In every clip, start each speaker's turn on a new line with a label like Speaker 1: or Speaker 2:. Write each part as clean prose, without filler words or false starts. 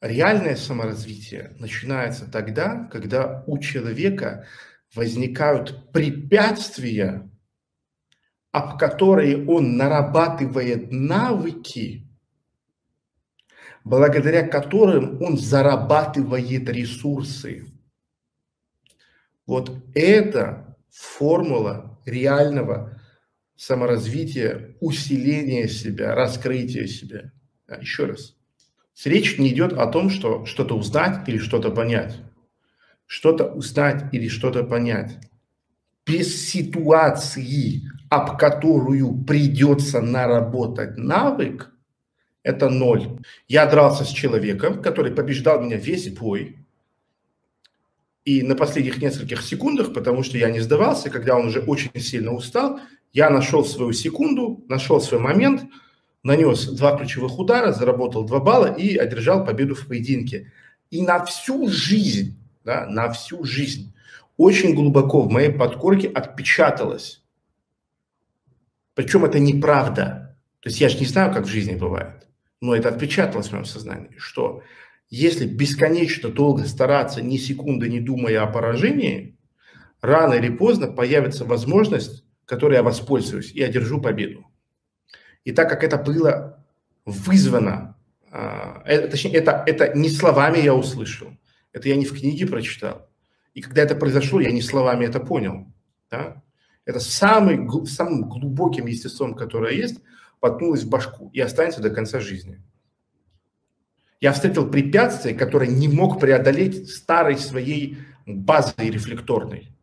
Speaker 1: Реальное саморазвитие начинается тогда, когда у человека возникают препятствия, об которые он нарабатывает навыки, благодаря которым он зарабатывает ресурсы. Вот это формула реального саморазвития, усиления себя, раскрытия себя. Еще раз. Речь не идет о том, что что-то узнать или что-то понять. Что-то узнать или что-то понять. Без ситуации, об которую придется наработать навык, это ноль. Я дрался с человеком, который побеждал меня весь бой. И на последних нескольких секундах, потому что я не сдавался, когда он уже очень сильно устал, я нашел свою секунду, нашел свой момент, нанес 2 ключевых удара, заработал 2 балла и одержал победу в поединке. И на всю жизнь, да, на всю жизнь, очень глубоко в моей подкорке отпечаталось. Причем это неправда. То есть я же не знаю, как в жизни бывает, но это отпечаталось в моем сознании, что если бесконечно долго стараться, ни секунды не думая о поражении, рано или поздно появится возможность, которой я воспользуюсь и одержу победу. И так как это было вызвано, точнее, это не словами я услышал, это я не в книге прочитал. И когда это произошло, я не словами это понял. Да? Это самым глубоким естеством, которое есть, воткнулось в башку и останется до конца жизни. Я встретил препятствие, которое не мог преодолеть старой своей базой рефлекторной.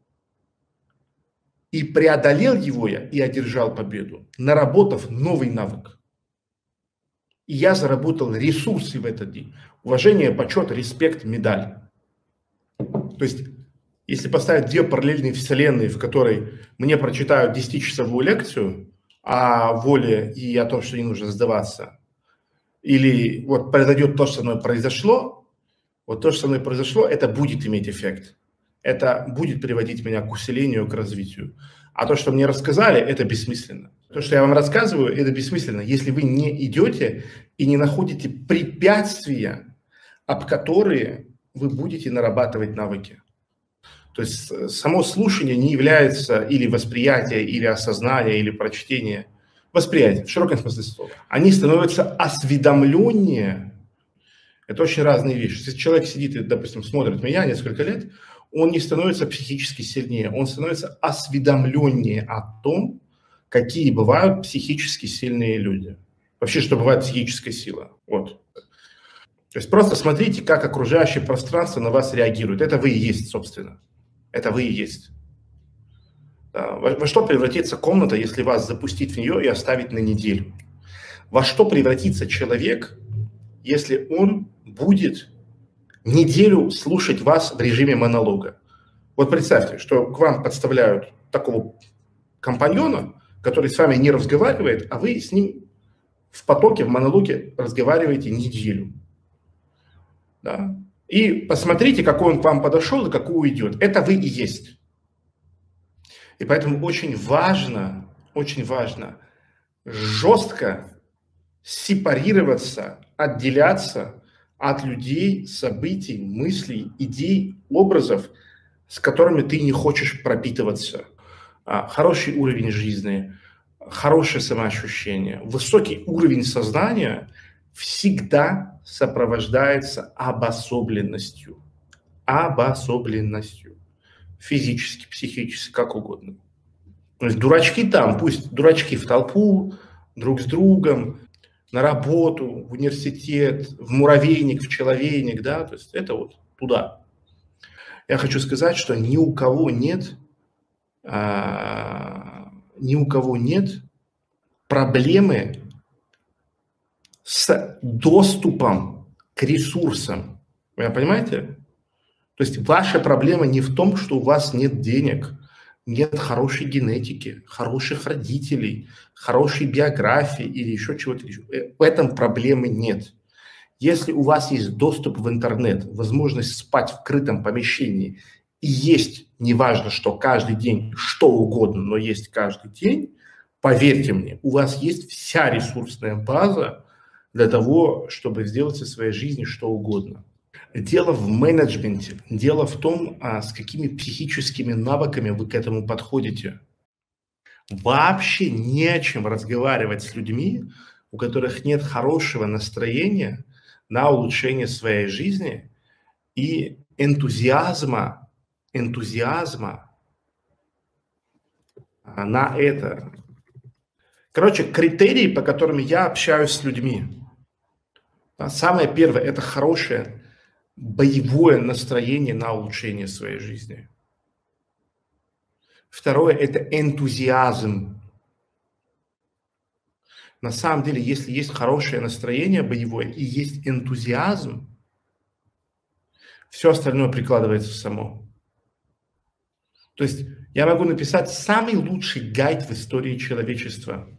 Speaker 1: И преодолел его я и одержал победу, наработав новый навык. И я заработал ресурсы в этот день. Уважение, почет, респект, медаль. То есть, если поставить 2 параллельные вселенные, в которой мне прочитают 10-часовую лекцию о воле и о том, что не нужно сдаваться, или вот произойдет то, что со мной произошло, вот то, что со мной произошло, это будет иметь эффект. Это будет приводить меня к усилению, к развитию. А то, что мне рассказали, это бессмысленно. То, что я вам рассказываю, это бессмысленно, если вы не идете и не находите препятствия, об которые вы будете нарабатывать навыки. То есть само слушание не является или восприятие, или осознание, или прочтение. Восприятие, в широком смысле слова. Они становятся осведомленнее. Это очень разные вещи. Если человек сидит и, допустим, смотрит меня несколько лет, он не становится психически сильнее, он становится осведомленнее о том, какие бывают психически сильные люди. Вообще, что бывает психическая сила. Вот. То есть просто смотрите, как окружающее пространство на вас реагирует. Это вы и есть, собственно. Это вы и есть. Да. Во что превратится комната, если вас запустить в нее и оставить на неделю? Во что превратится человек, если он будет неделю слушать вас в режиме монолога? Вот представьте, что к вам подставляют такого компаньона, который с вами не разговаривает, а вы с ним в потоке, в монологе разговариваете неделю. Да? И посмотрите, какой он к вам подошел и какой уйдет. Это вы и есть. И поэтому очень важно жестко сепарироваться, отделяться от людей, событий, мыслей, идей, образов, с которыми ты не хочешь пропитываться. Хороший уровень жизни, хорошее самоощущение, высокий уровень сознания всегда сопровождается обособленностью. Обособленностью. Физически, психически, как угодно. То есть дурачки там, пусть дурачки в толпу, друг с другом, на работу, в университет, в муравейник, в человейник, да, то есть это вот туда. Я хочу сказать, что ни у кого нет проблемы с доступом к ресурсам. Вы понимаете? То есть ваша проблема не в том, что у вас нет денег, нет хорошей генетики, хороших родителей, хорошей биографии или еще чего-то. В этом проблемы нет. Если у вас есть доступ в интернет, возможность спать в крытом помещении и есть, неважно что, каждый день, что угодно, но есть каждый день, поверьте мне, у вас есть вся ресурсная база, для того, чтобы сделать из своей жизни что угодно. Дело в менеджменте, дело в том, с какими психическими навыками вы к этому подходите. Вообще не о чем разговаривать с людьми, у которых нет хорошего настроения на улучшение своей жизни и энтузиазма на это. Короче, критерии, по которым я общаюсь с людьми. Самое первое – это хорошее боевое настроение на улучшение своей жизни. Второе – это энтузиазм. На самом деле, если есть хорошее настроение боевое и есть энтузиазм, все остальное прикладывается само. То есть я могу написать самый лучший гайд в истории человечества.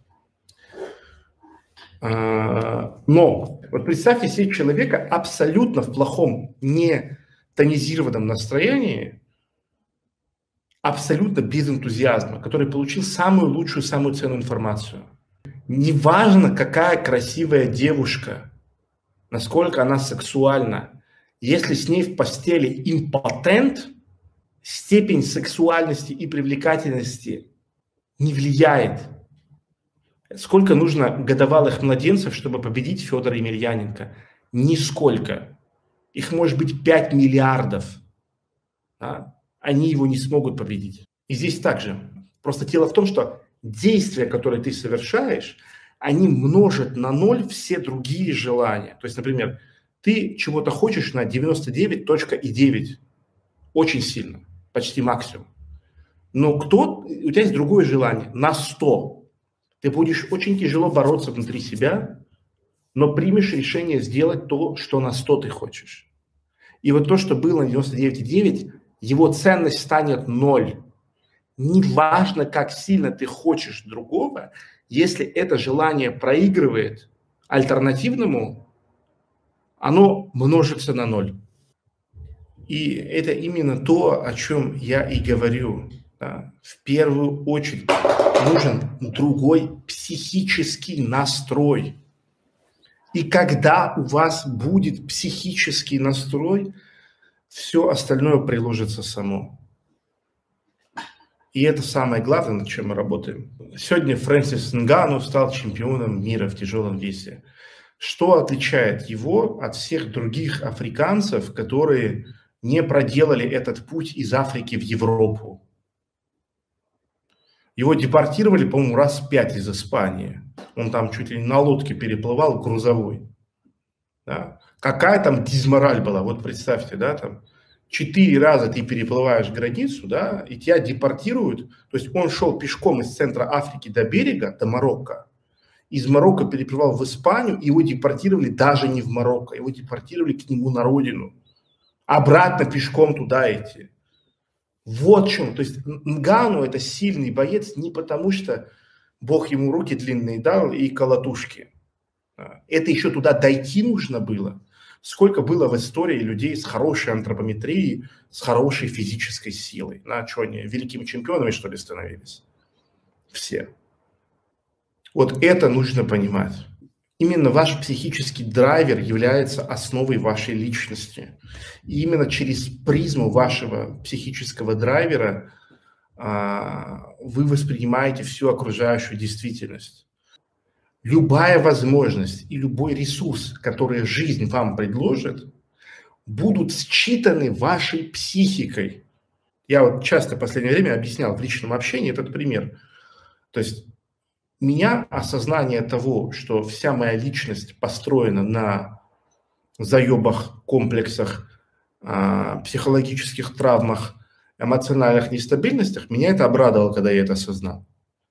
Speaker 1: Но вот представьте себе человека абсолютно в плохом, не тонизированном настроении, абсолютно без энтузиазма, который получил самую лучшую, самую ценную информацию. Неважно, какая красивая девушка, насколько она сексуальна, если с ней в постели импотент, степень сексуальности и привлекательности не влияет. Сколько нужно годовалых младенцев, чтобы победить Федора Емельяненко? Нисколько. Их может быть 5 миллиардов. Да? Они его не смогут победить. И здесь также. Просто дело в том, что действия, которые ты совершаешь, они множат на ноль все другие желания. То есть, например, ты чего-то хочешь на 99.9. Очень сильно. Почти максимум. Но у тебя есть другое желание на 100. Ты будешь очень тяжело бороться внутри себя, но примешь решение сделать то, что на 100 ты хочешь. И вот то, что было на 99,9, его ценность станет 0. Неважно, как сильно ты хочешь другого, если это желание проигрывает альтернативному, оно множится на 0. И это именно то, о чем я и говорю. Да. В первую очередь нужен другой психический настрой. И когда у вас будет психический настрой, все остальное приложится само. И это самое главное, над чем мы работаем. Сегодня Фрэнсис Нгану стал чемпионом мира в тяжелом весе. Что отличает его от всех других африканцев, которые не проделали этот путь из Африки в Европу? Его депортировали, по-моему, раз 5 из Испании. Он там чуть ли не на лодке переплывал, грузовой. Да? Какая там дизмораль была, вот представьте, да, там 4 раза ты переплываешь границу, да, и тебя депортируют. То есть он шел пешком из центра Африки до берега, до Марокко. Из Марокко переплывал в Испанию, и его депортировали даже не в Марокко, его депортировали к нему на родину. Обратно пешком туда идти. Вот в чем. То есть Нгану это сильный боец не потому, что Бог ему руки длинные дал и колотушки. Это еще туда дойти нужно было. Сколько было в истории людей с хорошей антропометрией, с хорошей физической силой. Что они, великими чемпионами, что ли, становились? Все. Вот это нужно понимать. Именно ваш психический драйвер является основой вашей личности. И именно через призму вашего психического драйвера вы воспринимаете всю окружающую действительность. Любая возможность и любой ресурс, который жизнь вам предложит, будут считаны вашей психикой. Я вот часто в последнее время объяснял в личном общении этот пример. То есть меня осознание того, что вся моя личность построена на заебах, комплексах, психологических травмах, эмоциональных нестабильностях, меня это обрадовало, когда я это осознал.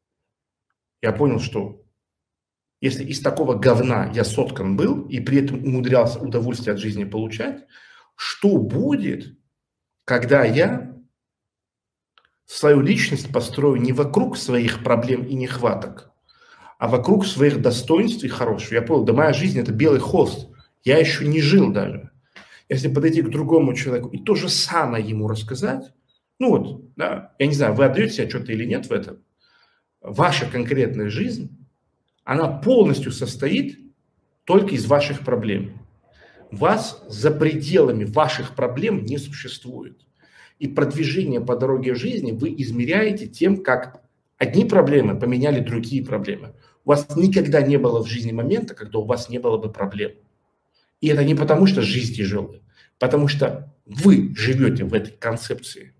Speaker 1: Я понял, что если из такого говна я соткан был и при этом умудрялся удовольствие от жизни получать, что будет, когда я свою личность построю не вокруг своих проблем и нехваток, а вокруг своих достоинств и хорошего. Я понял, да моя жизнь – это белый холст. Я еще не жил даже. Если подойти к другому человеку и то же самое ему рассказать, ну вот, да, я не знаю, вы отдаете себе что-то или нет в этом, ваша конкретная жизнь, она полностью состоит только из ваших проблем. Вас за пределами ваших проблем не существует. И продвижение по дороге в жизни вы измеряете тем, как одни проблемы поменяли другие проблемы. У вас никогда не было в жизни момента, когда у вас не было бы проблем. И это не потому, что жизнь тяжелая, потому что вы живете в этой концепции.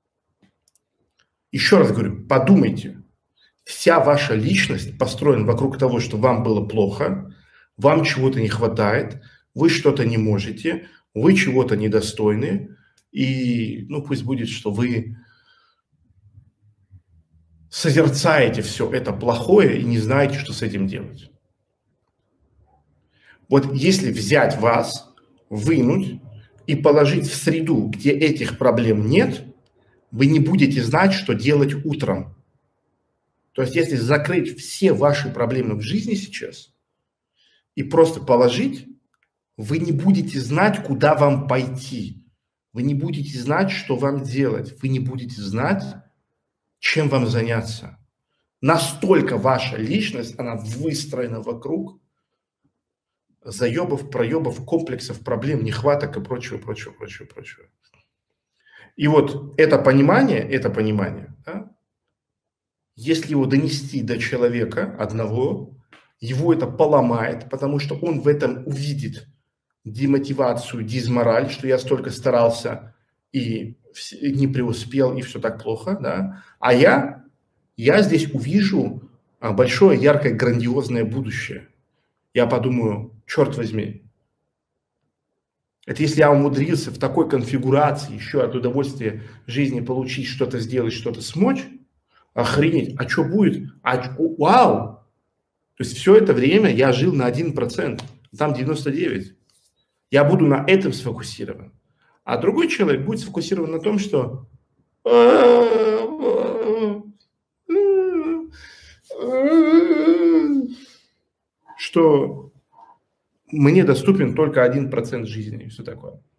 Speaker 1: Еще раз говорю, подумайте. Вся ваша личность построена вокруг того, что вам было плохо, вам чего-то не хватает, вы что-то не можете, вы чего-то недостойны, и пусть будет, что вы созерцаете все это плохое и не знаете, что с этим делать. Вот если взять вас, вынуть и положить в среду, где этих проблем нет, вы не будете знать, что делать утром. То есть если закрыть все ваши проблемы в жизни сейчас и просто положить, вы не будете знать, куда вам пойти. Вы не будете знать, что вам делать. Вы не будете знать, чем вам заняться. Настолько ваша личность, она выстроена вокруг заебов, проебов, комплексов, проблем, нехваток и прочего. И вот это понимание, да, если его донести до человека одного, его это поломает, потому что он в этом увидит демотивацию, дизмораль, что я столько старался и не преуспел, и все так плохо, да. А я здесь увижу большое, яркое, грандиозное будущее. Я подумаю, черт возьми, это если я умудрился в такой конфигурации еще от удовольствия жизни получить, что-то сделать, что-то смочь, охренеть, а что будет? Вау! То есть все это время я жил на 1%, там 99%. Я буду на этом сфокусирован. А другой человек будет сфокусирован на том, что мне доступен только 1% жизни и все такое.